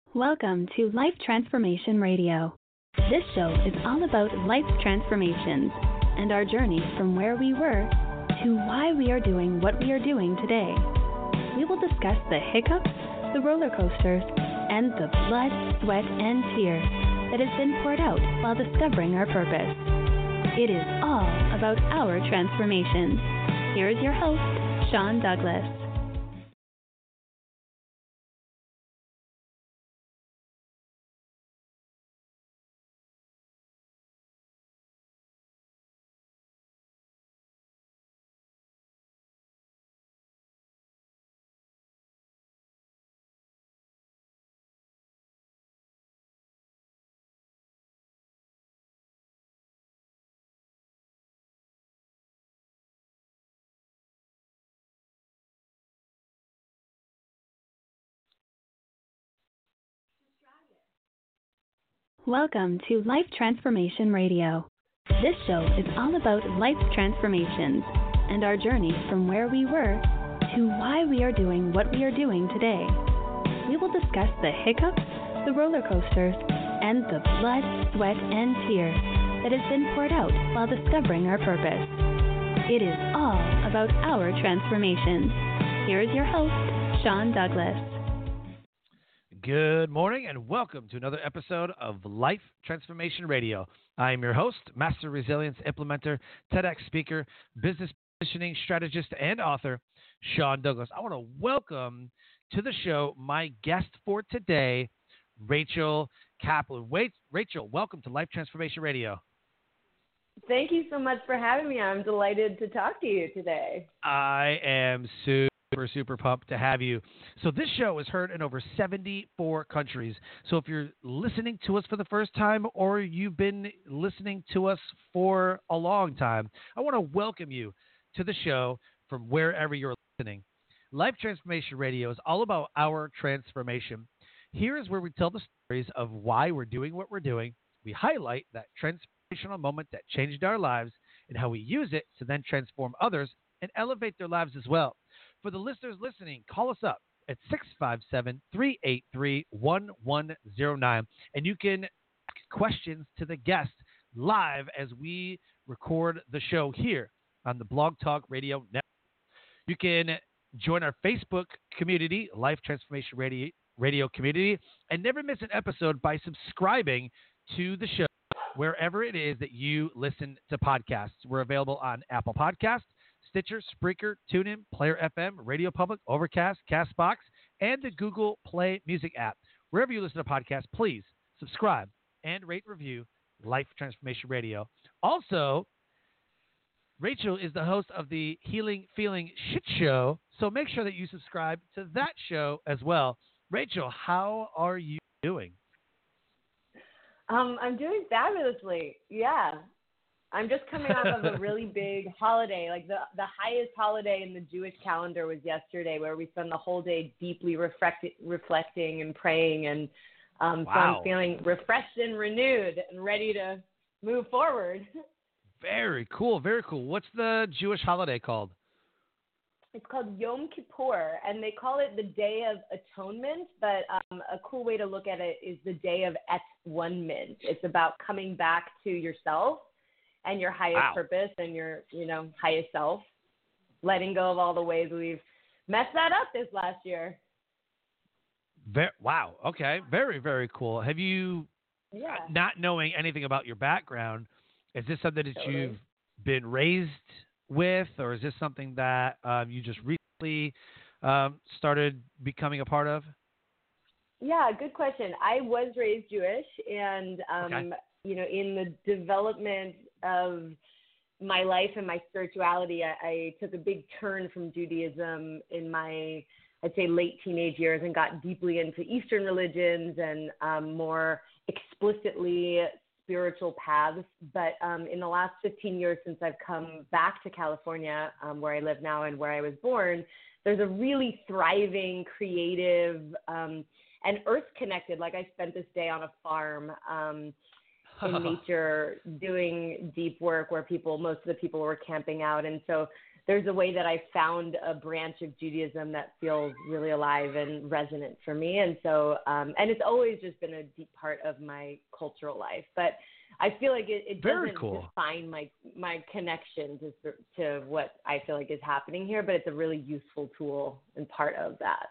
Welcome to Life Transformation Radio. This show is all about life transformations and our journey from where we were to why we are doing what we are doing today. We will discuss the hiccups, the roller coasters, and the blood, sweat, and tears that has been poured out while discovering our purpose. It is all about our transformation. Here is your host, Sean Douglas. Welcome to Life Transformation Radio. This show is all about life transformations and our journey from where we were to why we are doing what we are doing today. We will discuss the hiccups, the roller coasters, and the blood, sweat, and tears that has been poured out while discovering our purpose. It is all about our transformation. Here is your host, Sean Douglas. Good morning and welcome to another episode of Life Transformation Radio. I am your host, Master Resilience Implementer, TEDx speaker, business positioning strategist, and author, Sean Douglas. I want to welcome to the show my guest for today, Rachel Kaplan. Rachel, welcome to Life Transformation Radio. Thank you so much for having me. I'm delighted to talk to you today. I am super pumped to have you. So this show is heard in over 74 countries. So if you're listening to us for the first time or you've been listening to us for a long time, I want to welcome you to the show from wherever you're listening. Life Transformation Radio is all about our transformation. Here is where we tell the stories of why we're doing what we're doing. We highlight that transformational moment that changed our lives and how we use it to then transform others and elevate their lives as well. For the listeners listening, call us up at 657-383-1109, and you can ask questions to the guest live as we record the show here on the Blog Talk Radio Network. You can join our Facebook community, Life Transformation Radio Community, and never miss an episode by subscribing to the show wherever it is that you listen to podcasts. We're available on Apple Podcasts, Stitcher, Spreaker, TuneIn, Player FM, Radio Public, Overcast, CastBox, and the Google Play Music app. Wherever you listen to podcasts, please subscribe and rate and review Life Transformation Radio. Also, Rachel is the host of the Healing Feeling Shit Show, so make sure that you subscribe to that show as well. Rachel, how are you doing? I'm doing fabulously. Yeah. I'm just coming off of a really big holiday. Like the highest holiday in the Jewish calendar was yesterday, where we spent the whole day deeply reflecting and praying. And Wow. So I'm feeling refreshed and renewed and ready to move forward. Very cool. Very cool. What's the Jewish holiday called? It's called Yom Kippur, and they call it the Day of Atonement, but a cool way to look at it is the Day of At-One-ment. It's about coming back to yourself and your highest purpose and your, highest self, letting go of all the ways we've messed that up this last year. Wow. Okay. Very, very cool. Have you, not knowing anything about your background, is this something that you've been raised with, or is this something that you just recently started becoming a part of? Yeah, good question. I was raised Jewish, and, in the development of my life and my spirituality, I took a big turn from Judaism in my, I'd say, late teenage years and got deeply into Eastern religions and more explicitly spiritual paths. But in the last 15 years since I've come back to California, where I live now and where I was born, there's a really thriving, creative, and earth-connected, like I spent this day on a farm in nature doing deep work where most of the people were camping out. And so there's a way that I found a branch of Judaism that feels really alive and resonant for me. And so, and it's always just been a deep part of my cultural life. But I feel like it doesn't define my connection to what I feel like is happening here, but it's a really useful tool and part of that.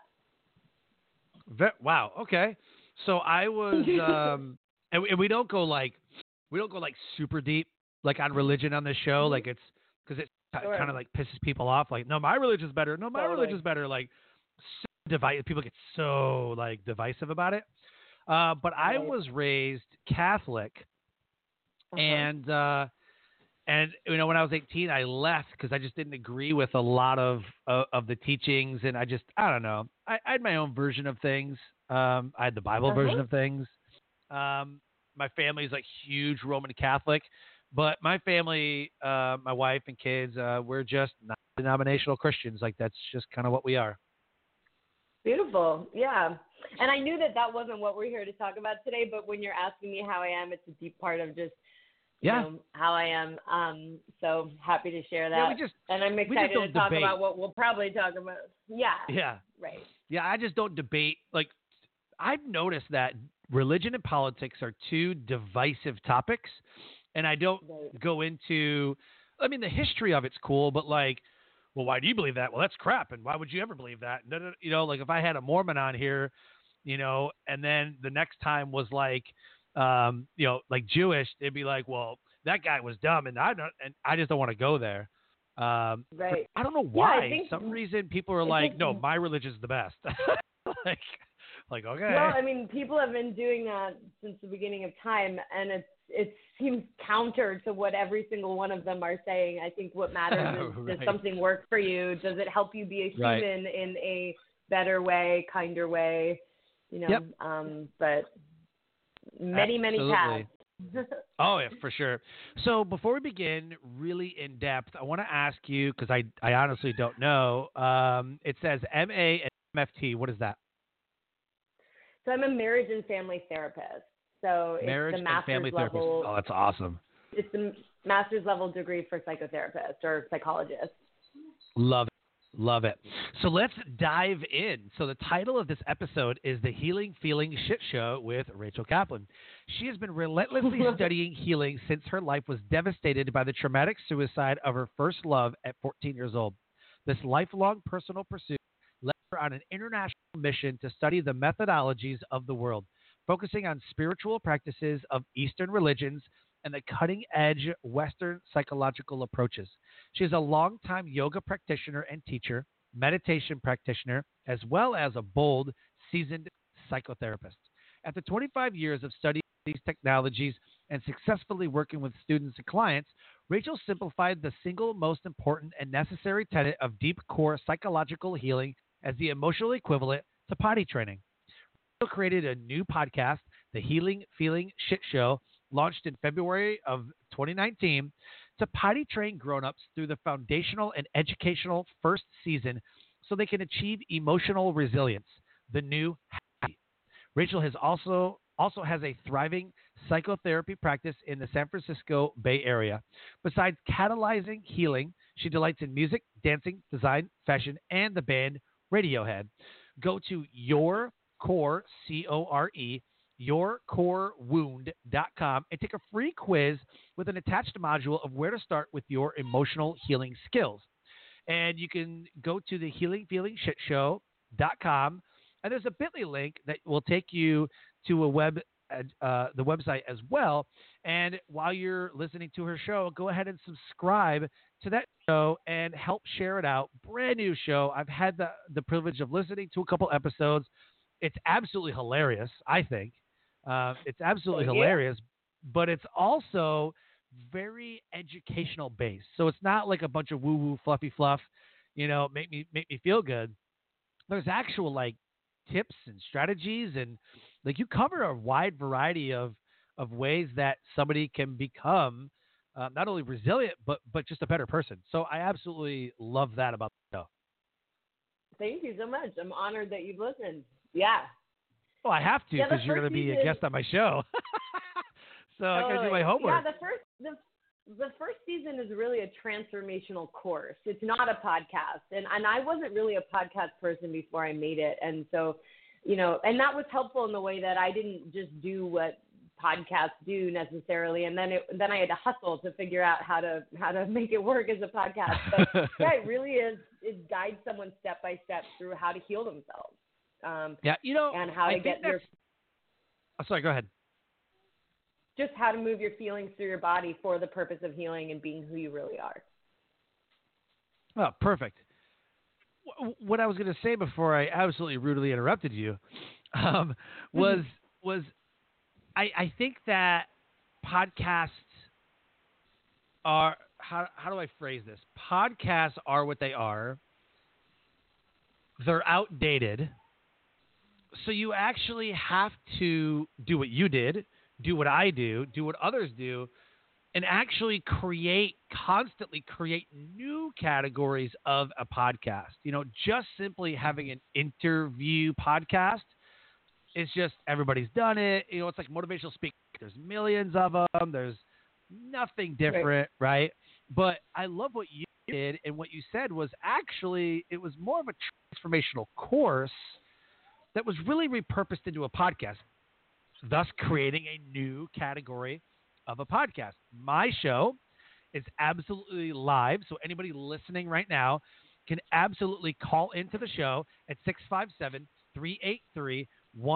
Wow. Okay. So I was, and we don't go like super deep, like on religion on this show. Like it's because it kind of like pisses people off. Like, no, my religion's better. No, my religion's better. Like, people get so like divisive about it. But I was raised Catholic, and you know, when I was 18, I left because I just didn't agree with a lot of the teachings, and I don't know. I had my own version of things. I had the Bible version of things. My family's like huge Roman Catholic, but my family, my wife and kids, we're just non-denominational Christians. Like, that's just kind of what we are. Beautiful. Yeah. And I knew that wasn't what we're here to talk about today, but when you're asking me how I am, it's a deep part of just, you know, how I am. So happy to share that. Yeah, and I'm excited to talk about what we'll probably talk about. Yeah. Yeah. Right. Yeah. I just don't debate. Like, I've noticed that religion and politics are two divisive topics, and I don't go into, I mean, the history of it's cool, but like, well, why do you believe that? Well, that's crap. And why would you ever believe that? No, you know, like if I had a Mormon on here, you know, and then the next time was like, you know, like Jewish, they'd be like, well, that guy was dumb, and I just don't want to go there. Right. I don't know why. I think some reason people are like, no, my religion's the best. Like, okay. Well, I mean, people have been doing that since the beginning of time, and it seems counter to what every single one of them are saying. I think what matters is, does something work for you? Does it help you be a human in a better way, kinder way? You know, but many paths. Oh, yeah, for sure. So before we begin really in depth, I want to ask you, because I honestly don't know, it says MA and MFT. What is that? So I'm a marriage and family therapist. So marriage it's the master's and family level. Therapist. Oh, that's awesome. It's the master's level degree for psychotherapist or psychologist. Love it. So let's dive in. So the title of this episode is The Healing Feeling Shit Show with Rachel Kaplan. She has been relentlessly studying healing since her life was devastated by the traumatic suicide of her first love at 14 years old. This lifelong personal pursuit led her on an international mission to study the methodologies of the world, focusing on spiritual practices of Eastern religions and the cutting-edge Western psychological approaches. She is a longtime yoga practitioner and teacher, meditation practitioner, as well as a bold, seasoned psychotherapist. After 25 years of studying these technologies and successfully working with students and clients, Rachel simplified the single most important and necessary tenet of deep core psychological healing as the emotional equivalent to potty training. Rachel created a new podcast, The Healing Feeling Shit Show, launched in February of 2019, to potty train grown-ups through the foundational and educational first season so they can achieve emotional resilience, the new happy. Rachel has also has a thriving psychotherapy practice in the San Francisco Bay Area. Besides catalyzing healing, she delights in music, dancing, design, fashion, and the band Radiohead. Go to Your Core, C-O-R-E, yourcorewound.com and take a free quiz with an attached module of where to start with your emotional healing skills. And you can go to the healingfeelingshitshow.com, and there's a bit.ly link that will take you to the website as well. And while you're listening to her show, go ahead and subscribe to that show and help share it out. Brand new show. I've had the privilege of listening to a couple episodes. It's absolutely hilarious, I think. It's absolutely hilarious, but it's also very educational based. So it's not like a bunch of woo-woo fluffy fluff, you know, make me feel good. There's actual like tips and strategies, and like you cover a wide variety of ways that somebody can become not only resilient but just a better person. So I absolutely love that about the show. Thank you so much. I'm honored that you've listened. Yeah. Well, I have to because you're going to be a guest on my show. So I got to do my homework. Yeah, the first season is really a transformational course. It's not a podcast. And I wasn't really a podcast person before I made it. And so, and that was helpful in the way that I didn't just do what podcasts do necessarily. And then I had to hustle to figure out how to make it work as a podcast. But yeah, it really is, it guides someone step by step through how to heal themselves. And how to get your. Oh, sorry, go ahead. Just how to move your feelings through your body for the purpose of healing and being who you really are. Oh, perfect. What I was going to say before I absolutely rudely interrupted you was I think that podcasts are, how do I phrase this? Podcasts are what they are. They're outdated. So you actually have to do what you did, do what I do what others do, and actually constantly create new categories of a podcast. Just simply having an interview podcast, it's just everybody's done it. It's like motivational speaking. There's millions of them. There's nothing different, right? But I love what you did, and what you said was actually it was more of a transformational course that was really repurposed into a podcast, thus creating a new category of a podcast. My show is absolutely live, so anybody listening right now can absolutely call into the show at 657-383-1109,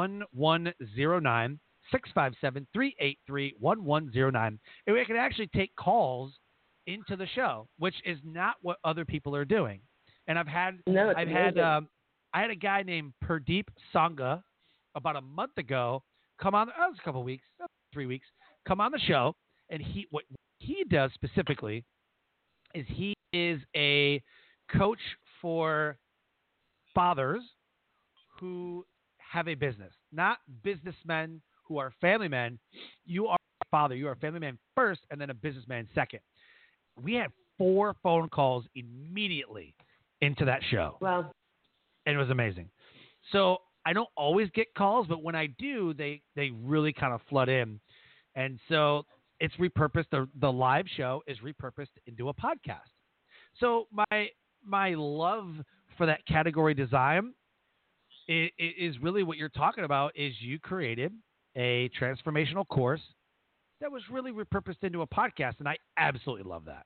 657-383-1109, and we can actually take calls into the show, which is not what other people are doing. And I had a guy named Pradeep Sangha about a month ago come on. It was a couple of weeks, 3 weeks. Come on the show, and what he does specifically is he is a coach for fathers who have a business, not businessmen who are family men. You are a father. You are a family man first, and then a businessman second. We had 4 phone calls immediately into that show. Wow. And it was amazing. So I don't always get calls, but when I do, they really kind of flood in. And so it's repurposed. The live show is repurposed into a podcast. So my love for that category design is really what you're talking about. Is you created a transformational course that was really repurposed into a podcast, and I absolutely love that.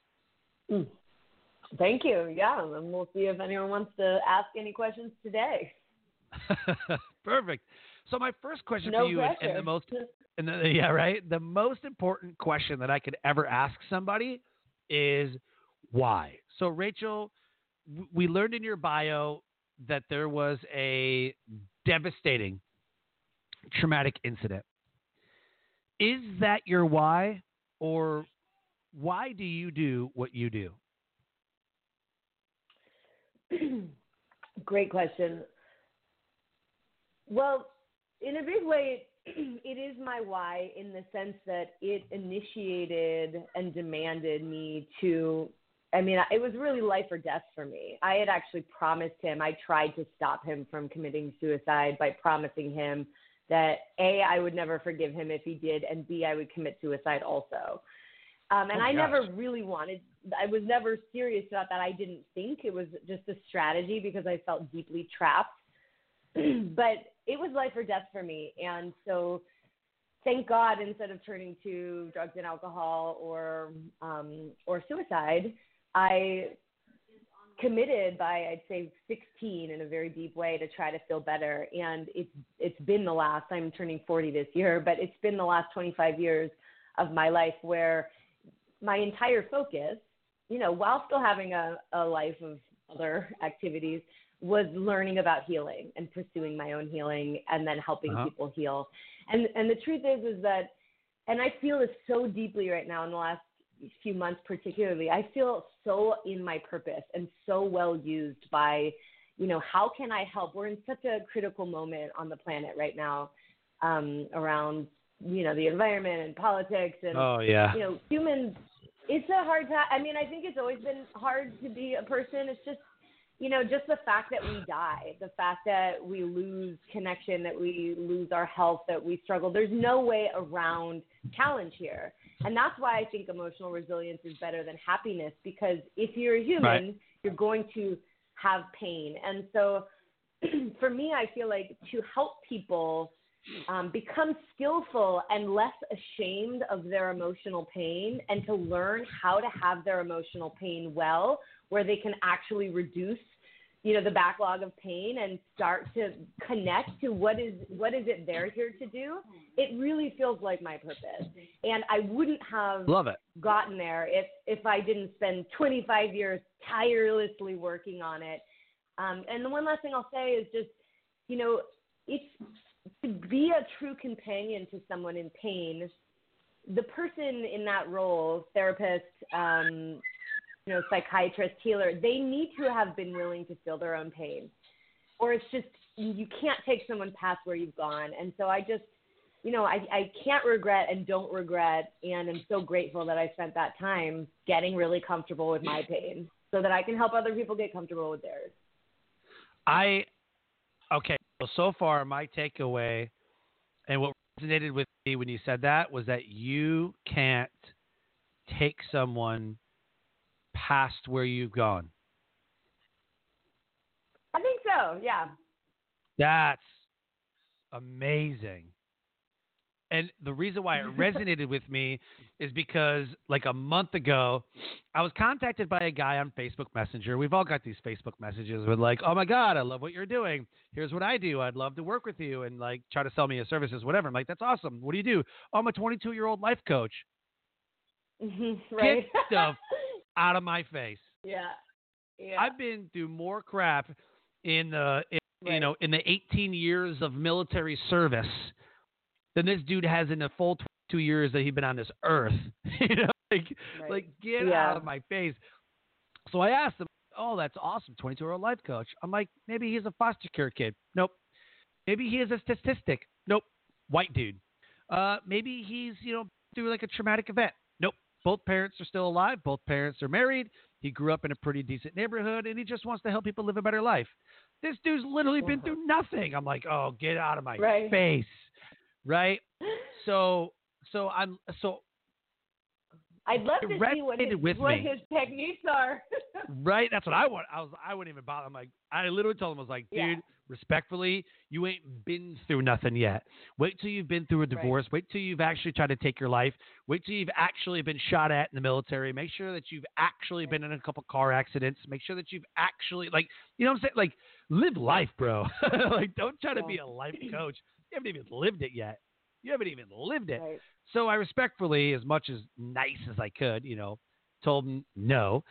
Thank you. Yeah, and we'll see if anyone wants to ask any questions today. Perfect. So my first question No for you pressure. the most important question that I could ever ask somebody is why. So Rachel, we learned in your bio that there was a devastating traumatic incident. Is that your why, or why do you do what you do? Great question. Well, in a big way, it is my why, in the sense that it initiated and demanded me to, it was really life or death for me. I had actually promised him, I tried to stop him from committing suicide by promising him that A, I would never forgive him if he did, and B, I would commit suicide also. I never really I was never serious about that. I didn't think. It was just a strategy because I felt deeply trapped. But it was life or death for me. And so thank God, instead of turning to drugs and alcohol or suicide, I committed by, I'd say, 16 in a very deep way to try to feel better. And it's been I'm turning 40 this year, but it's been the last 25 years of my life where my entire focus, while still having a life of other activities, was learning about healing and pursuing my own healing and then helping people heal. And the truth is that, and I feel this so deeply right now in the last few months particularly, I feel so in my purpose and so well used by, how can I help? We're in such a critical moment on the planet right now around, the environment and politics and, humans. It's a hard time. I think it's always been hard to be a person. It's just, just the fact that we die, the fact that we lose connection, that we lose our health, that we struggle. There's no way around challenge here. And that's why I think emotional resilience is better than happiness, because if you're a human, Right. you're going to have pain. And so for me, I feel like to help people become skillful and less ashamed of their emotional pain, and to learn how to have their emotional pain well, where they can actually reduce, the backlog of pain and start to connect to what is it they're here to do. It really feels like my purpose. And I wouldn't have Love it. gotten there if I didn't spend 25 years tirelessly working on it. And the one last thing I'll say is just, it's to be a true companion to someone in pain. The person in that role, therapist, psychiatrist, healer, they need to have been willing to feel their own pain, or it's just, you can't take someone past where you've gone. And so I just, I can't regret and don't regret, and I'm so grateful that I spent that time getting really comfortable with my pain so that I can help other people get comfortable with theirs. Okay, so far my takeaway and what resonated with me when you said that was that you can't take someone past where you've gone. I think so, yeah. That's amazing. And the reason why it resonated with me is because like a month ago, I was contacted by a guy on Facebook Messenger. We've all got these Facebook messages with like, oh my God, I love what you're doing. Here's what I do. I'd love to work with you, and like try to sell me a services, whatever. I'm like, that's awesome. What do you do? Oh, I'm a 22-year-old life coach. Right. Get stuff out of my face. Yeah. I've been through more crap in the 18 years of military service than this dude has in the full 22 years that he's been on this earth. Like get out of my face. So I asked him, oh, that's awesome, 22-year-old life coach. I'm like, maybe he's a foster care kid. Nope. Maybe he is a statistic. Nope. White dude. Maybe he's, through like a traumatic event. Nope. Both parents are still alive. Both parents are married. He grew up in a pretty decent neighborhood, and he just wants to help people live a better life. This dude's literally been through nothing. I'm like, oh, get out of my face. Right. So I'd love to see what his techniques are. Right. That's what I want. I wouldn't even bother. I'm like, I literally told him, I was like, dude, respectfully, you ain't been through nothing yet. Wait till you've been through a divorce. Wait till you've actually tried to take your life. Wait till you've actually been shot at in the military. Make sure that you've actually been in a couple car accidents. Make sure that you've actually, like, you know what I'm saying? Like, live life, bro. Like, don't try to be a life coach. You haven't even lived it yet. You haven't even lived it. Right. So I respectfully, as much as nice as I could, told him no.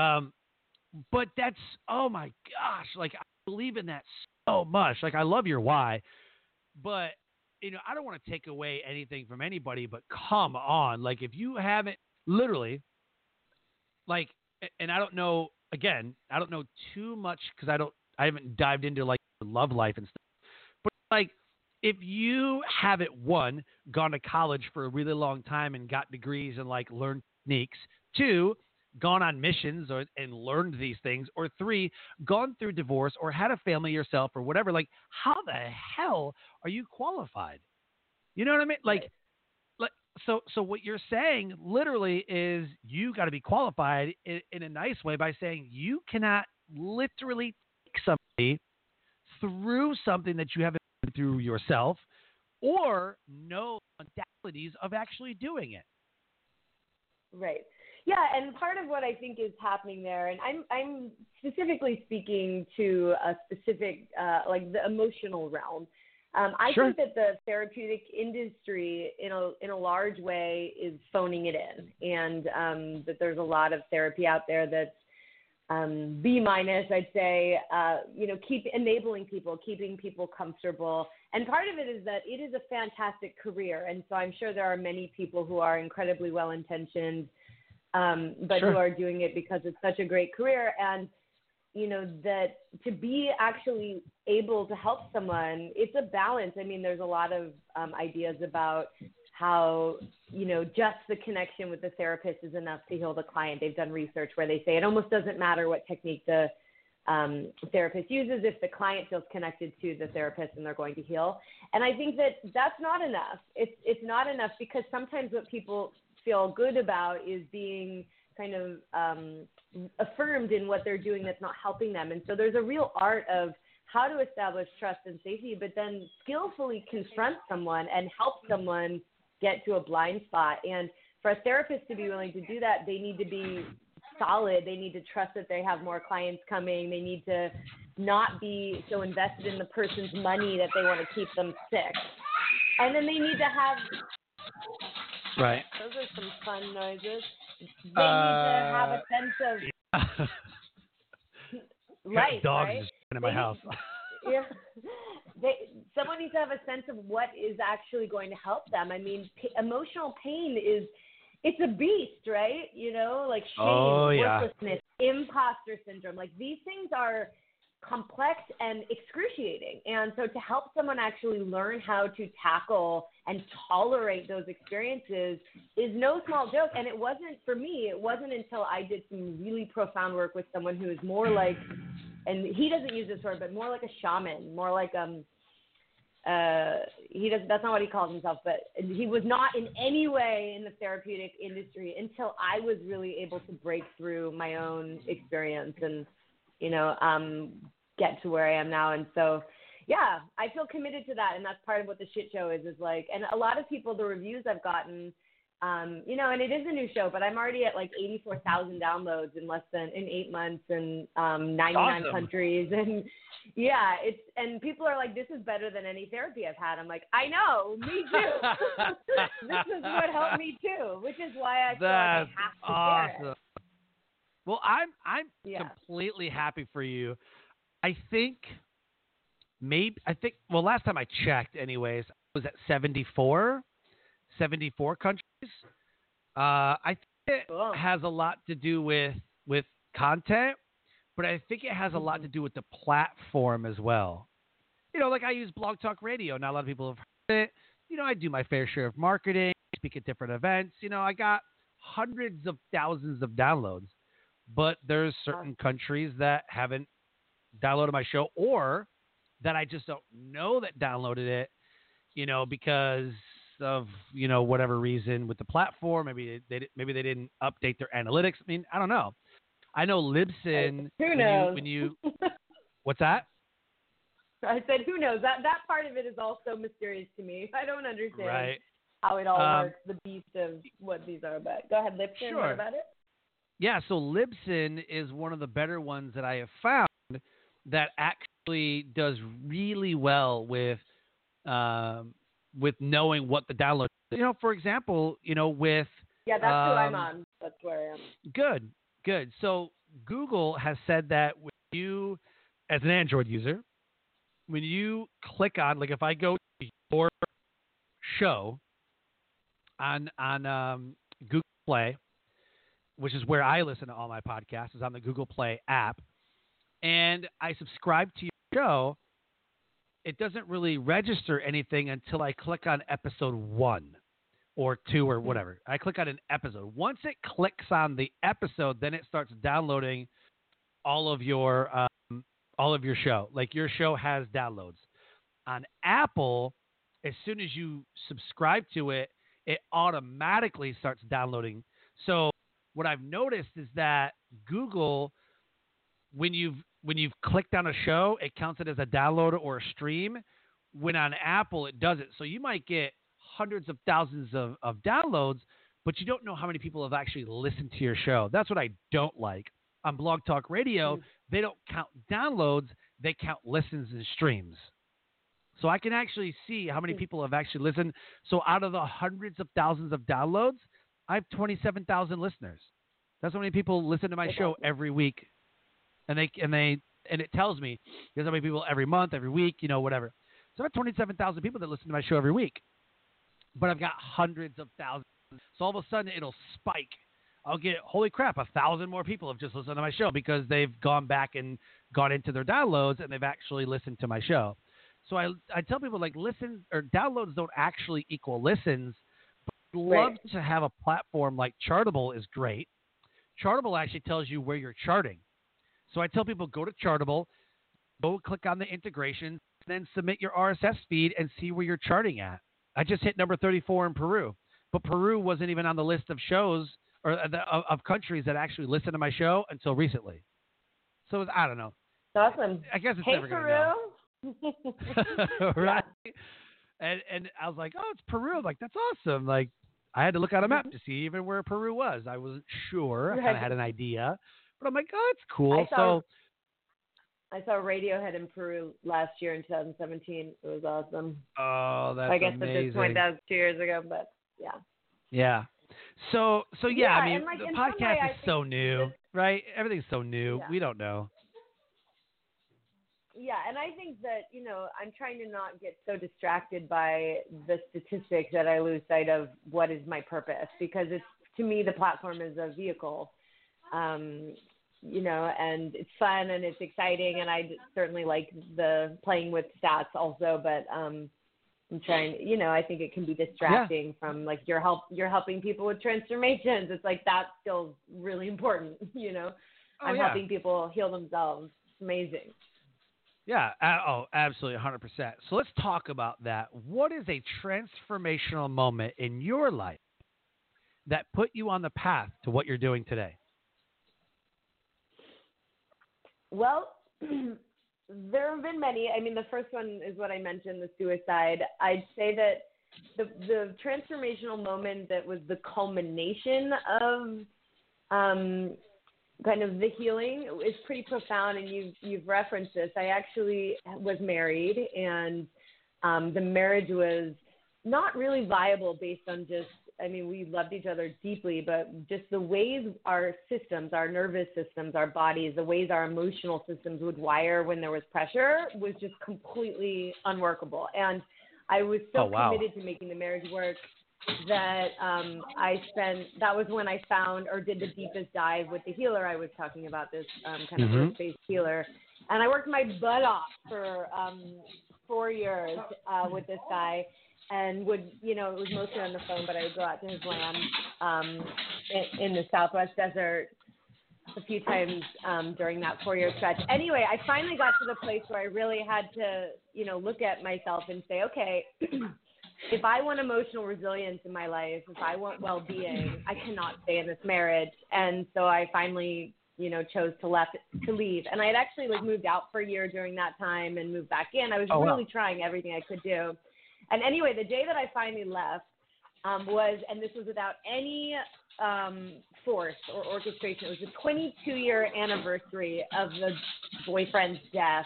But that's, oh my gosh, like I believe in that so much. Like I love your why, but I don't want to take away anything from anybody, but come on. Like if you haven't literally like, and I don't know, again, I don't know too much because I haven't dived into like love life and stuff, but like, if you haven't, one, gone to college for a really long time and got degrees and like learned techniques, two, gone on missions and learned these things, or three, gone through divorce or had a family yourself or whatever, like how the hell are you qualified? You know what I mean? Like so what you're saying literally is you got to be qualified in a nice way by saying you cannot literally take somebody through something that you haven't through yourself or know modalities of actually doing it. Right. Yeah, and part of what I think is happening there, and I'm specifically speaking to a specific, like the emotional realm. I think that the therapeutic industry, in a large way, is phoning it in, and that there's a lot of therapy out there that's B-, I'd say, keep enabling people, keeping people comfortable. And part of it is that it is a fantastic career. And so I'm sure there are many people who are incredibly well-intentioned, but who are doing it because it's such a great career. And, that to be actually able to help someone, it's a balance. I mean, there's a lot of ideas about how, just the connection with the therapist is enough to heal the client. They've done research where they say it almost doesn't matter what technique the therapist uses if the client feels connected to the therapist and they're going to heal. And I think that that's not enough. It's not enough because sometimes what people feel good about is being kind of affirmed in what they're doing that's not helping them. And so there's a real art of how to establish trust and safety, but then skillfully confront someone and help someone get to a blind spot. And for a therapist to be willing to do that, they need to be solid. They need to trust that they have more clients coming. They need to not be so invested in the person's money that they want to keep them sick. And then they need to have... Right. Those are some fun noises. They need to have a sense of... Right, dogs right? just in my house. Yeah. Someone needs to have a sense of what is actually going to help them. I mean, emotional pain it's a beast, right? You know, like shame, worthlessness, imposter syndrome. Like these things are complex and excruciating. And so to help someone actually learn how to tackle and tolerate those experiences is no small joke. And it wasn't until I did some really profound work with someone who is more like, and he doesn't use this word, but more like a shaman, more like that's not what he calls himself, but he was not in any way in the therapeutic industry until I was really able to break through my own experience and, get to where I am now. And so, yeah, I feel committed to that. And that's part of what the shit show is like, and a lot of people, the reviews I've gotten, and it is a new show, but I'm already at like 84,000 downloads in 8 months and 99 awesome. countries. And yeah, and people are like, this is better than any therapy I've had. I'm like, I know, me too. This is what helped me too, which is why I feel like I have to awesome. share it. Well, I'm completely happy for you. I think, last time I checked anyways, I was at 74 countries. I think it has a lot to do with content, but I think it has a lot to do with the platform as well. Like I use Blog Talk Radio. Not a lot of people have heard it. I do my fair share of marketing, speak at different events. I got hundreds of thousands of downloads, but there's certain countries that haven't downloaded my show or that I just don't know that downloaded it, because of, whatever reason with the platform. Maybe they didn't update their analytics. I mean, I don't know. I know Libsyn. Who knows? When you what's that? I said, who knows? That part of it is also mysterious to me. I don't understand how it all works, the beast of what these are. But go ahead, Libsyn. Sure. What about it? Yeah, so Libsyn is one of the better ones that I have found that actually does really well with knowing what the download is. For example, with... Yeah, that's who I'm on. That's where I am. Good. So Google has said that when you, as an Android user, when you click on, like if I go to your show on Google Play, which is where I listen to all my podcasts, is on the Google Play app, and I subscribe to your show, it doesn't really register anything until I click on episode 1 or 2 or whatever. I click on an episode. Once it clicks on the episode, then it starts downloading all of your show. Like your show has downloads. On Apple, as soon as you subscribe to it, it automatically starts downloading. So what I've noticed is that Google, when you've clicked on a show, it counts it as a download or a stream. When on Apple, it doesn't. So you might get hundreds of thousands of downloads, but you don't know how many people have actually listened to your show. That's what I don't like. On Blog Talk Radio, they don't count downloads. They count listens and streams. So I can actually see how many people have actually listened. So out of the hundreds of thousands of downloads, I have 27,000 listeners. That's how many people listen to my show every week. And it tells me there's how many people every month, every week, whatever. So I have 27,000 people that listen to my show every week. But I've got hundreds of thousands. So all of a sudden it'll spike. I'll get, holy crap, 1,000 more people have just listened to my show because they've gone back and gone into their downloads and they've actually listened to my show. So I tell people, like, listen or downloads don't actually equal listens. But I'd love to have a platform like Chartable is great. Chartable actually tells you where you're charting. So I tell people, go to Chartable, go click on the integration, then submit your RSS feed and see where you're charting at. I just hit number 34 in Peru. but Peru wasn't even on the list of shows or of countries that actually listen to my show until recently. So I don't know. Awesome. I guess it's hey, never Peru. know. Right? And I was like, oh, it's Peru. I'm like, that's awesome. Like, I had to look on a map to see even where Peru was. I wasn't sure. I kind of had an idea, but I'm like, oh, it's cool. I saw Radiohead in Peru last year in 2017. It was awesome. Oh, that's I guess amazing. at this point that was 2 years ago, but yeah. Yeah. So yeah, I mean, like, the podcast is so new, right? Everything's so new. Yeah. We don't know. Yeah, and I think that, I'm trying to not get so distracted by the statistics that I lose sight of what is my purpose, because to me, the platform is a vehicle, and it's fun and it's exciting, and I certainly like the playing with stats also, but I'm trying, I think it can be distracting from like you're helping people with transformations. It's like that's still really important, I'm helping people heal themselves. It's amazing. Yeah. Absolutely. 100%. So let's talk about that. What is a transformational moment in your life that put you on the path to what you're doing today? Well, there have been many. I mean, the first one is what I mentioned, the suicide. I'd say that the transformational moment that was the culmination of kind of the healing is pretty profound, and you've referenced this. I actually was married, and the marriage was not really viable based on we loved each other deeply, but just the ways our systems, our nervous systems, our bodies, the ways our emotional systems would wire when there was pressure was just completely unworkable. And I was so committed to making the marriage work that that was when I found or did the deepest dive with the healer I was talking about, this kind of earth-based healer. And I worked my butt off for 4 years with this guy, and it was mostly on the phone, but I would go out to his land in the Southwest desert a few times during that 4-year stretch. Anyway, I finally got to the place where I really had to, look at myself and say, okay, if I want emotional resilience in my life, if I want well-being, I cannot stay in this marriage. And so I finally, chose to leave. And I had actually moved out for a year during that time and moved back in. I was really trying everything I could do. And anyway, the day that I finally left and this was without any force or orchestration, it was the 22-year anniversary of the boyfriend's death.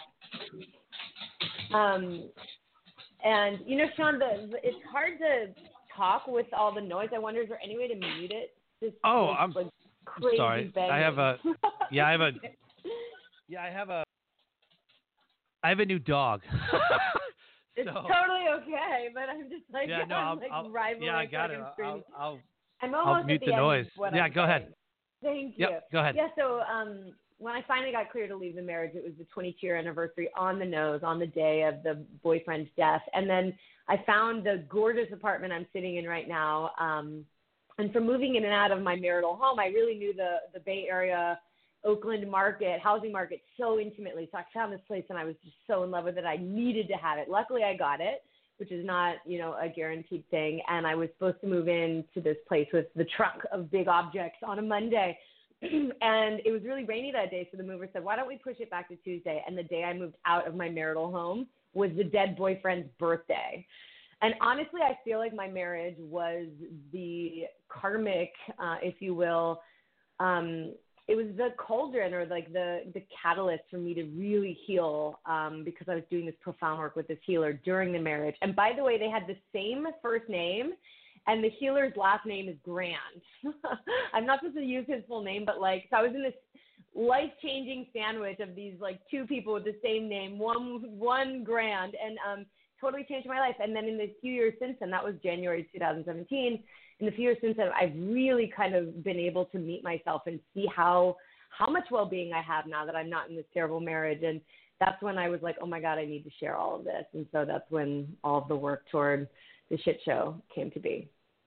And, Sean, it's hard to talk with all the noise. I wonder, is there any way to mute it? I'm sorry. Banging. I have a new dog. It's totally okay, but I'm just like, rivaling. Yeah, I got it. I'm almost I'll mute at the noise. Go ahead. Thank you. Yep, go ahead. Yeah, so when I finally got clear to leave the marriage, it was the 22-year anniversary on the nose, on the day of the boyfriend's death. And then I found the gorgeous apartment I'm sitting in right now. And from moving in and out of my marital home, I really knew the Bay Area, Oakland housing market so intimately. So I found this place and I was just so in love with it. I needed to have it. Luckily, I got it, which is not, a guaranteed thing. And I was supposed to move into this place with the truck of big objects on a Monday. And it was really rainy that day. So the mover said, why don't we push it back to Tuesday? And the day I moved out of my marital home was the dead boyfriend's birthday. And honestly, I feel like my marriage was the karmic, if you will, it was the cauldron or the catalyst for me to really heal because I was doing this profound work with this healer during the marriage. And by the way, they had the same first name, and the healer's last name is Grant. I'm not supposed to use his full name, but so I was in this life-changing sandwich of these two people with the same name, one Grant, and totally changed my life. And then in the few years since then, that was January 2017, in the few years since then, I've really kind of been able to meet myself and see how much well-being I have now that I'm not in this terrible marriage. And that's when I was like, oh my God, I need to share all of this. And so that's when all of the work toward the shit show came to be.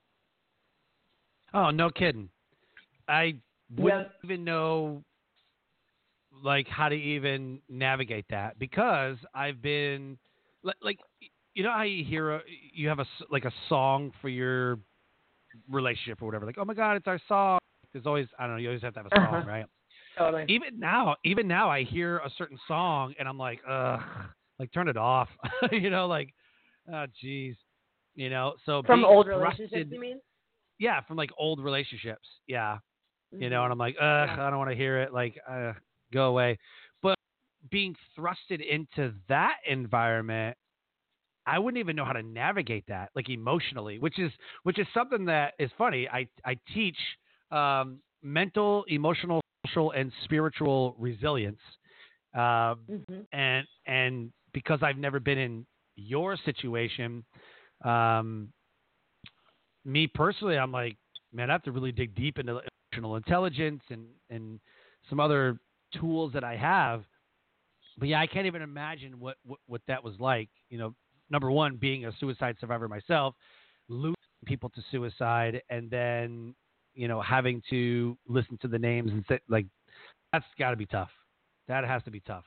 Oh, no kidding. I wouldn't even know how to even navigate that, because I've been how you hear you have a song for your relationship or whatever. Like, oh my God, it's our song. There's always, I don't know, you always have to have a song, right? Totally. Even now, I hear a certain song and I'm like, ugh, like turn it off, like, oh geez, So from being old thrusted, relationships, you mean? yeah, from like old relationships, yeah, and I'm like, ugh, Yeah. I don't want to hear it, like, go away. But being thrusted into that environment, I wouldn't even know how to navigate that, like emotionally, which is something that is funny. I teach mental, emotional, social, and spiritual resilience, and because I've never been in your situation, me personally, I'm like, man, I have to really dig deep into emotional intelligence and some other tools that I have. But yeah, I can't even imagine what that was like. Number one, being a suicide survivor myself, losing people to suicide, and then having to listen to the names and say, like, that's got to be tough. That has to be tough.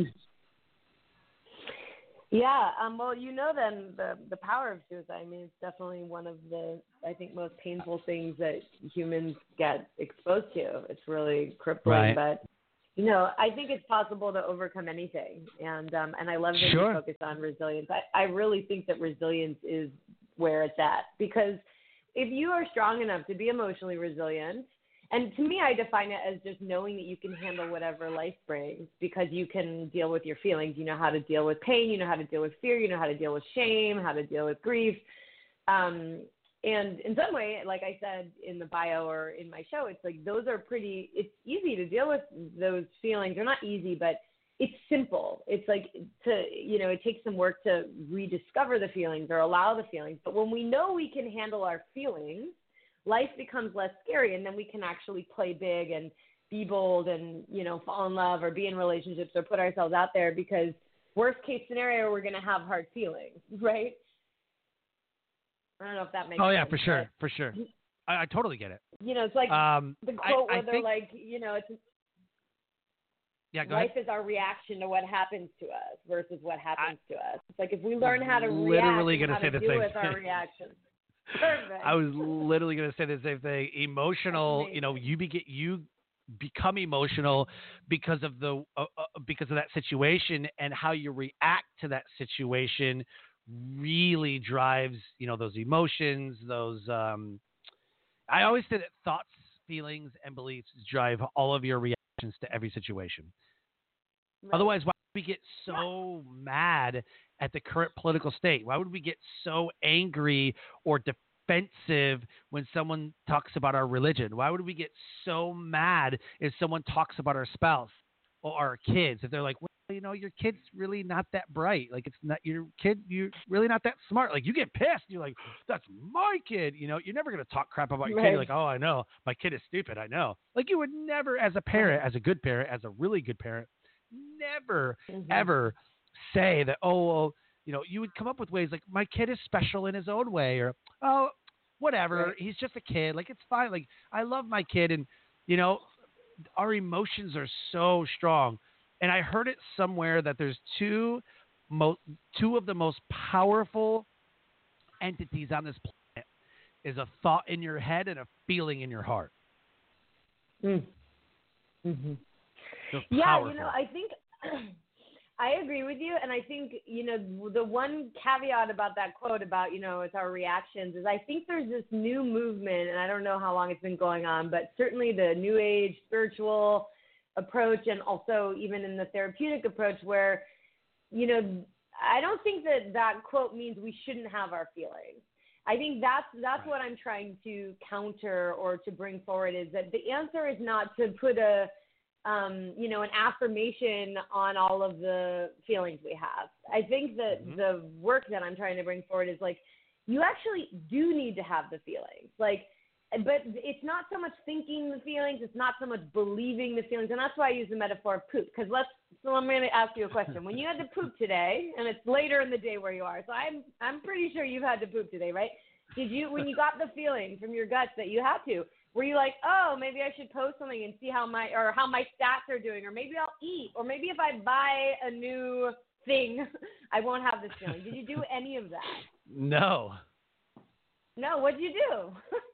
Yeah. Well, then the power of suicide. I mean, it's definitely one of the, I think, most painful things that humans get exposed to. It's really crippling, Right. but I think it's possible to overcome anything. And I love that you focus on resilience. I really think that resilience is where it's at, because if you are strong enough to be emotionally resilient, and to me, I define it as just knowing that you can handle whatever life brings because you can deal with your feelings. You know how to deal with pain. You know how to deal with fear. You know how to deal with shame, how to deal with grief. And in some way, like I said in the bio or in my show, it's like it's easy to deal with those feelings. They're not easy, but it's simple. It's like it takes some work to rediscover the feelings or allow the feelings. But when we know we can handle our feelings, life becomes less scary, and then we can actually play big and be bold and, fall in love or be in relationships or put ourselves out there, because worst case scenario, we're going to have hard feelings, right? I don't know if that makes sense. Oh, yeah, for sure. I totally get it. It's like the quote where they're like, it's go life ahead. is our reaction to what happens to us versus what happens to us. It's like if we learn how to literally react and how to deal with our reactions. Perfect. I was literally going to say the same thing. Emotional, you become emotional because of that situation, and how you react to that situation really drives, those emotions, those, I always say that thoughts, feelings, and beliefs drive all of your reactions to every situation. Right. Otherwise, why would we get so mad at the current political state? Why would we get so angry or defensive when someone talks about our religion? Why would we get so mad if someone talks about our spouse or our kids? If they're like, well, your kid's really not that bright. Like, it's not your kid. You're really not that smart. Like, you get pissed. You're like, that's my kid. You're never going to talk crap about your kid. You're like, oh, I know. My kid is stupid. I know. Like, you would never, as a parent, as a good parent, as a really good parent, never, ever say that, oh, well, you would come up with ways like, my kid is special in his own way, or, oh, whatever. Right. He's just a kid. Like, it's fine. Like, I love my kid. And, our emotions are so strong. And I heard it somewhere that there's two of the most powerful entities on this planet is a thought in your head and a feeling in your heart. Mm-hmm. Yeah, I think I agree with you. And I think, the one caveat about that quote about, it's our reactions is I think there's this new movement, and I don't know how long it's been going on, but certainly the new age spiritual approach, and also even in the therapeutic approach, where, I don't think that quote means we shouldn't have our feelings. I think that's right. What I'm trying to counter or to bring forward is that the answer is not to put an affirmation on all of the feelings we have. I think that the work that I'm trying to bring forward is like, you actually do need to have the feelings. Like, but it's not so much thinking the feelings. It's not so much believing the feelings. And that's why I use the metaphor of poop. Because I'm going to ask you a question. When you had to poop today, and it's later in the day where you are, so I'm pretty sure you've had to poop today, right? Did you, when you got the feeling from your guts that you had to, were you like, oh, maybe I should post something and see how my stats are doing, or maybe I'll eat, or maybe if I buy a new thing, I won't have this feeling? Did you do any of that? No. No, what'd you do?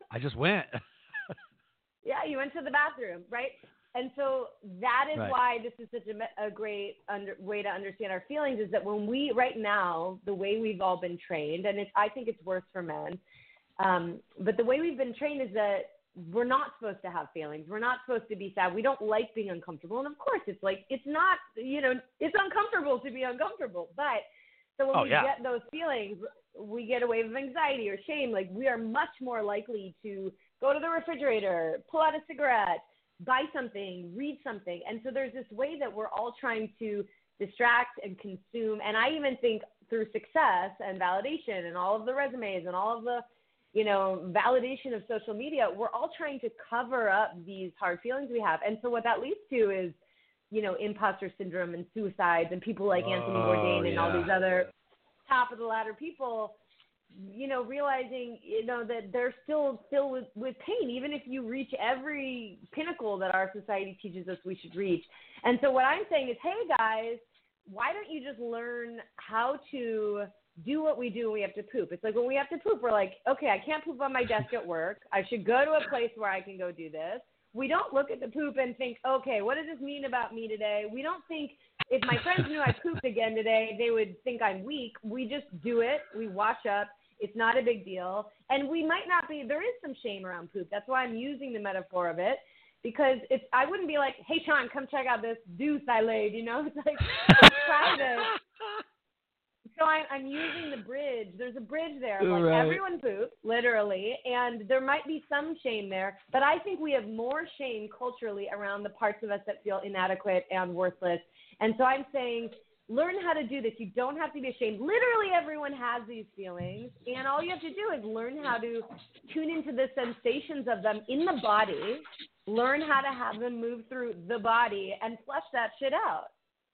I just went. Yeah, you went to the bathroom, right? And so that is Right. why this is such a great way to understand our feelings, is that when we, right now, the way we've all been trained, and I think it's worse for men, but the way we've been trained is that we're not supposed to have feelings. We're not supposed to be sad. We don't like being uncomfortable. And of course, it's like, it's not, it's uncomfortable to be uncomfortable. But so when we get those feelings, we get a wave of anxiety or shame. Like, we are much more likely to go to the refrigerator, pull out a cigarette, buy something, read something. And so there's this way that we're all trying to distract and consume. And I even think through success and validation and all of the resumes and all of the, validation of social media, we're all trying to cover up these hard feelings we have. And so what that leads to is, imposter syndrome and suicides and people like Anthony Bourdain and all these other top of the ladder people, realizing, that they're still with pain, even if you reach every pinnacle that our society teaches us we should reach. And so what I'm saying is, hey guys, why don't you just learn how to do what we do when we have to poop? It's like when we have to poop, we're like, okay, I can't poop on my desk at work. I should go to a place where I can go do this. We don't look at the poop and think, okay, what does this mean about me today? We don't think, if my friends knew I pooped again today, they would think I'm weak. We just do it. We wash up. It's not a big deal. And we might not be, there is some shame around poop. That's why I'm using the metaphor of it, because I wouldn't be like, hey, Sean, come check out this deuce I laid, It's like, it's private. So I'm using the bridge. There's a bridge there. Like, everyone poops, literally, and there might be some shame there. But I think we have more shame culturally around the parts of us that feel inadequate and worthless. And so I'm saying, learn how to do this. You don't have to be ashamed. Literally everyone has these feelings, and all you have to do is learn how to tune into the sensations of them in the body, learn how to have them move through the body, and flush that shit out.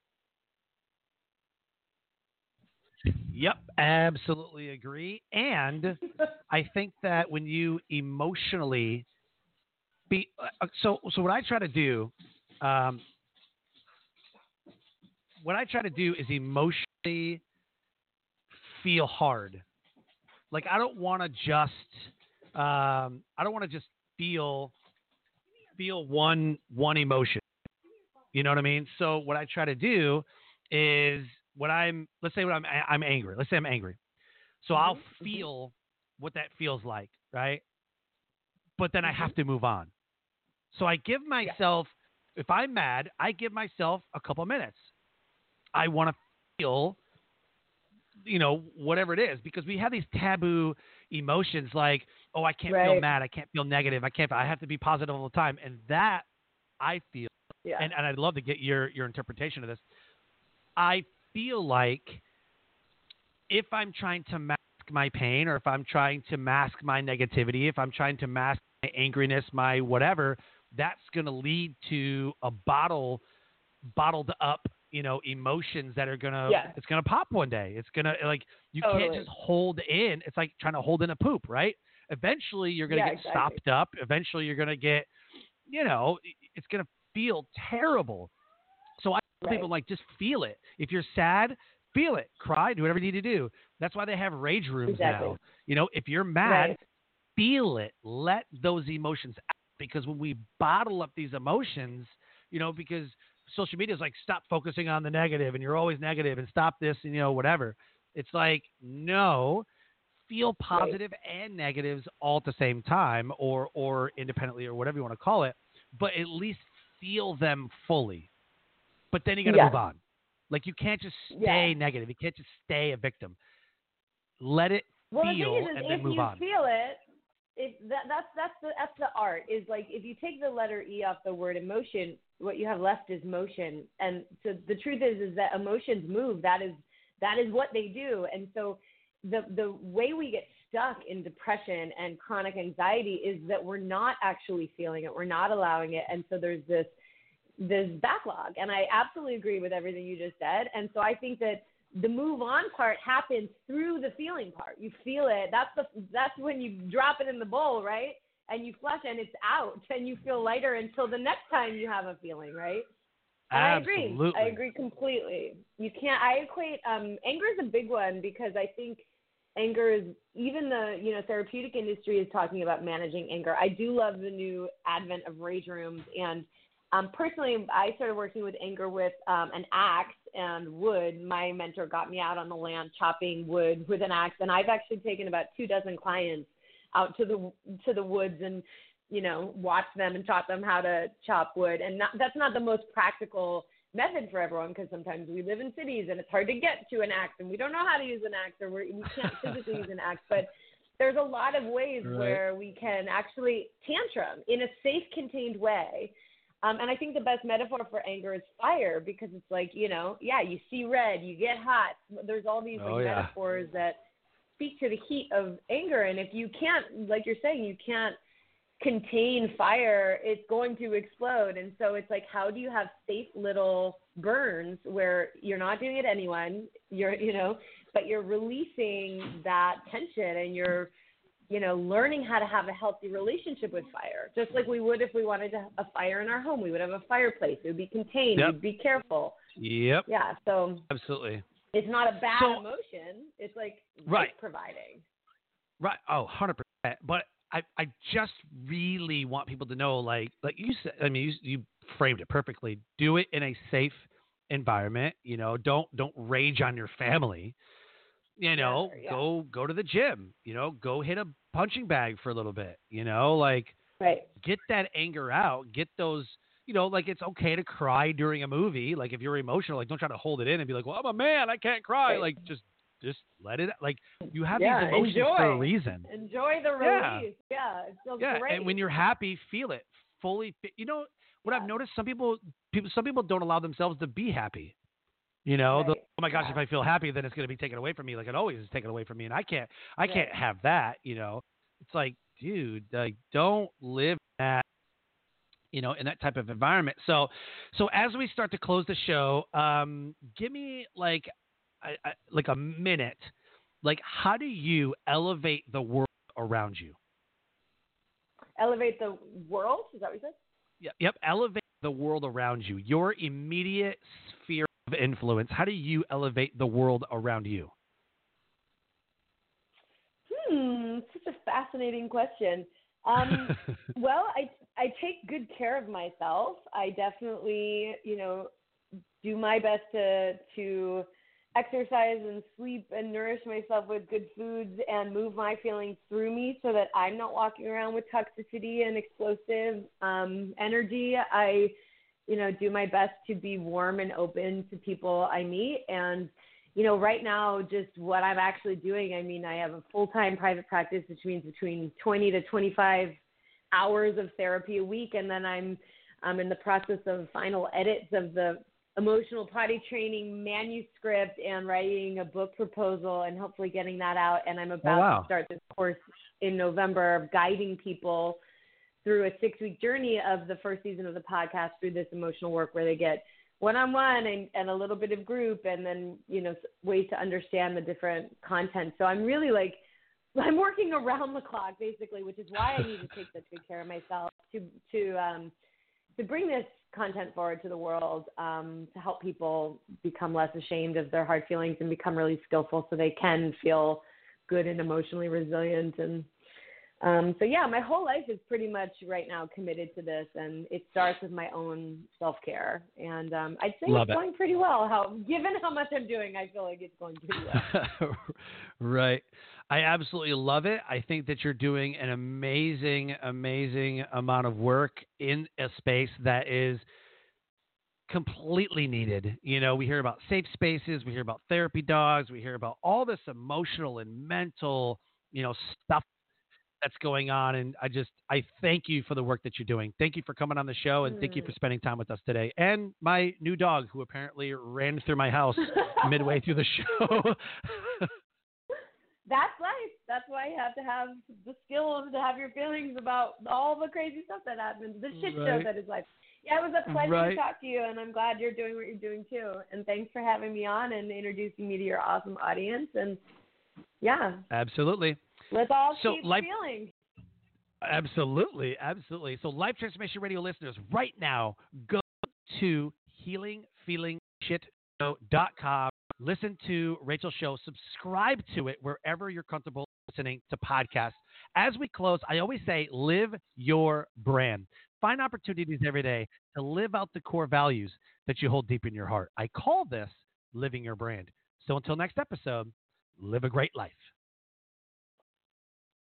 Yep, absolutely agree. And I think that when you emotionally so what I try to do, is emotionally feel hard. Like, I don't want to just feel one emotion. You know what I mean? So what I try to do is, let's say I'm angry. Let's say I'm angry. So I'll feel what that feels like, right? But then I have to move on. So I give myself, if I'm mad, I give myself a couple minutes. I want to feel, whatever it is, because we have these taboo emotions like, oh, I can't feel mad. I can't feel negative. I have to be positive all the time. And that I feel, and I'd love to get your interpretation of this. I feel like if I'm trying to mask my pain, or if I'm trying to mask my negativity, if I'm trying to mask my angriness, my whatever, that's going to lead to a bottled up, emotions that are going to, it's going to pop one day. It's going to, like, you can't just hold in. It's like trying to hold in a poop, right? Eventually you're going to get stopped up. Eventually you're going to get, it's going to feel terrible. So I tell people, like, just feel it. If you're sad, feel it. Cry, do whatever you need to do. That's why they have rage rooms now. If you're mad, feel it. Let those emotions out. Because when we bottle up these emotions, because social media is like, stop focusing on the negative and you're always negative, and stop this and, whatever. It's like, no, feel positive and negatives all at the same time, or independently, or whatever you want to call it, but at least feel them fully. But then you got to move on. Like, you can't just stay negative. You can't just stay a victim. Let it feel and then move on. If you feel it, that's the art. Is like, if you take the letter E off the word emotion, what you have left is motion. And so the truth is that emotions move. That is what they do. And so the way we get stuck in depression and chronic anxiety is that we're not actually feeling it. We're not allowing it. And so there's this backlog. And I absolutely agree with everything you just said. And so I think that the move on part happens through the feeling part. You feel it. That's when you drop it in the bowl, right? And you flush and it's out, and you feel lighter until the next time you have a feeling, right? And Absolutely. I agree completely. You can't. I equate anger is a big one, because I think anger is, even the, therapeutic industry is talking about managing anger. I do love the new advent of rage rooms. And personally, I started working with anger with an axe and wood. My mentor got me out on the land chopping wood with an axe. And I've actually taken about 24 clients out to the woods and, watch them and taught them how to chop wood. And that's not the most practical method for everyone, because sometimes we live in cities and it's hard to get to an axe and we don't know how to use an axe, or we can't physically use an axe. But there's a lot of ways where we can actually tantrum in a safe, contained way. And I think the best metaphor for anger is fire, because it's like, you see red, you get hot. There's all these metaphors that speak to the heat of anger. And if you can't, like you're saying, you can't contain fire, it's going to explode. And so it's like, how do you have safe little burns where you're not doing it to anyone, but you're releasing that tension, and you're, learning how to have a healthy relationship with fire, just like we would if we wanted to have a fire in our home. We would have a fireplace. It would be contained. Yep. We'd be careful. Yep. Yeah. So absolutely, it's not a bad emotion. It's like providing. Right. Oh, 100%. But I just really want people to know, like you said, I mean, you framed it perfectly. Do it in a safe environment. Don't rage on your family. Go to the gym. Go hit a punching bag for a little bit. Get that anger out. Get those. It's okay to cry during a movie. Like if you're emotional, like don't try to hold it in and be like, well, I'm a man, I can't cry. Right. Like just let it, like you have these emotions for a reason. Enjoy the release. Yeah. It feels great. And when you're happy, feel it fully. What I've noticed, some people don't allow themselves to be happy. Oh my gosh, if I feel happy, then it's going to be taken away from me. Like it always is taken away from me. And I can't have that, it's like, dude, like don't live that, in that type of environment. So as we start to close the show, give me like a minute. Like, how do you elevate the world around you? Elevate the world? Is that what you said? Yep. Elevate the world around you. Your immediate sphere of influence. How do you elevate the world around you? Such a fascinating question. Well, I take good care of myself. I definitely, do my best to exercise and sleep and nourish myself with good foods and move my feelings through me so that I'm not walking around with toxicity and explosive energy. I, do my best to be warm and open to people I meet. And, right now, just what I'm actually doing, I mean, I have a full-time private practice, which means between 20 to 25 hours of therapy a week. And then I'm in the process of final edits of the emotional potty training manuscript and writing a book proposal and hopefully getting that out. And I'm about to start this course in November of guiding people through a 6-week journey of the first season of the podcast through this emotional work, where they get one-on-one and a little bit of group, and then, ways to understand the different content. So I'm really I'm working around the clock basically, which is why I need to take such good care of myself to bring this content forward to the world, to help people become less ashamed of their hard feelings and become really skillful so they can feel good and emotionally resilient. And my whole life is pretty much right now committed to this, and it starts with my own self-care. And I'd say it's going pretty well. Given how much I'm doing, I feel like it's going pretty well. Right. I absolutely love it. I think that you're doing an amazing, amazing amount of work in a space that is completely needed. We hear about safe spaces, we hear about therapy dogs, we hear about all this emotional and mental, stuff that's going on. And I thank you for the work that you're doing. Thank you for coming on the show, and thank you for spending time with us today. And my new dog, who apparently ran through my house midway through the show. That's life. That's why you have to have the skills to have your feelings about all the crazy stuff that happens, the shit show that is life. Yeah, it was a pleasure to talk to you, and I'm glad you're doing what you're doing too. And thanks for having me on and introducing me to your awesome audience. And yeah. Absolutely. Let's all keep feeling. Absolutely. Absolutely. So Life Transformation Radio listeners, right now, go to healingfeelingshitshow.com. Listen to Rachel's show. Subscribe to it wherever you're comfortable listening to podcasts. As we close, I always say, live your brand. Find opportunities every day to live out the core values that you hold deep in your heart. I call this living your brand. So until next episode, live a great life.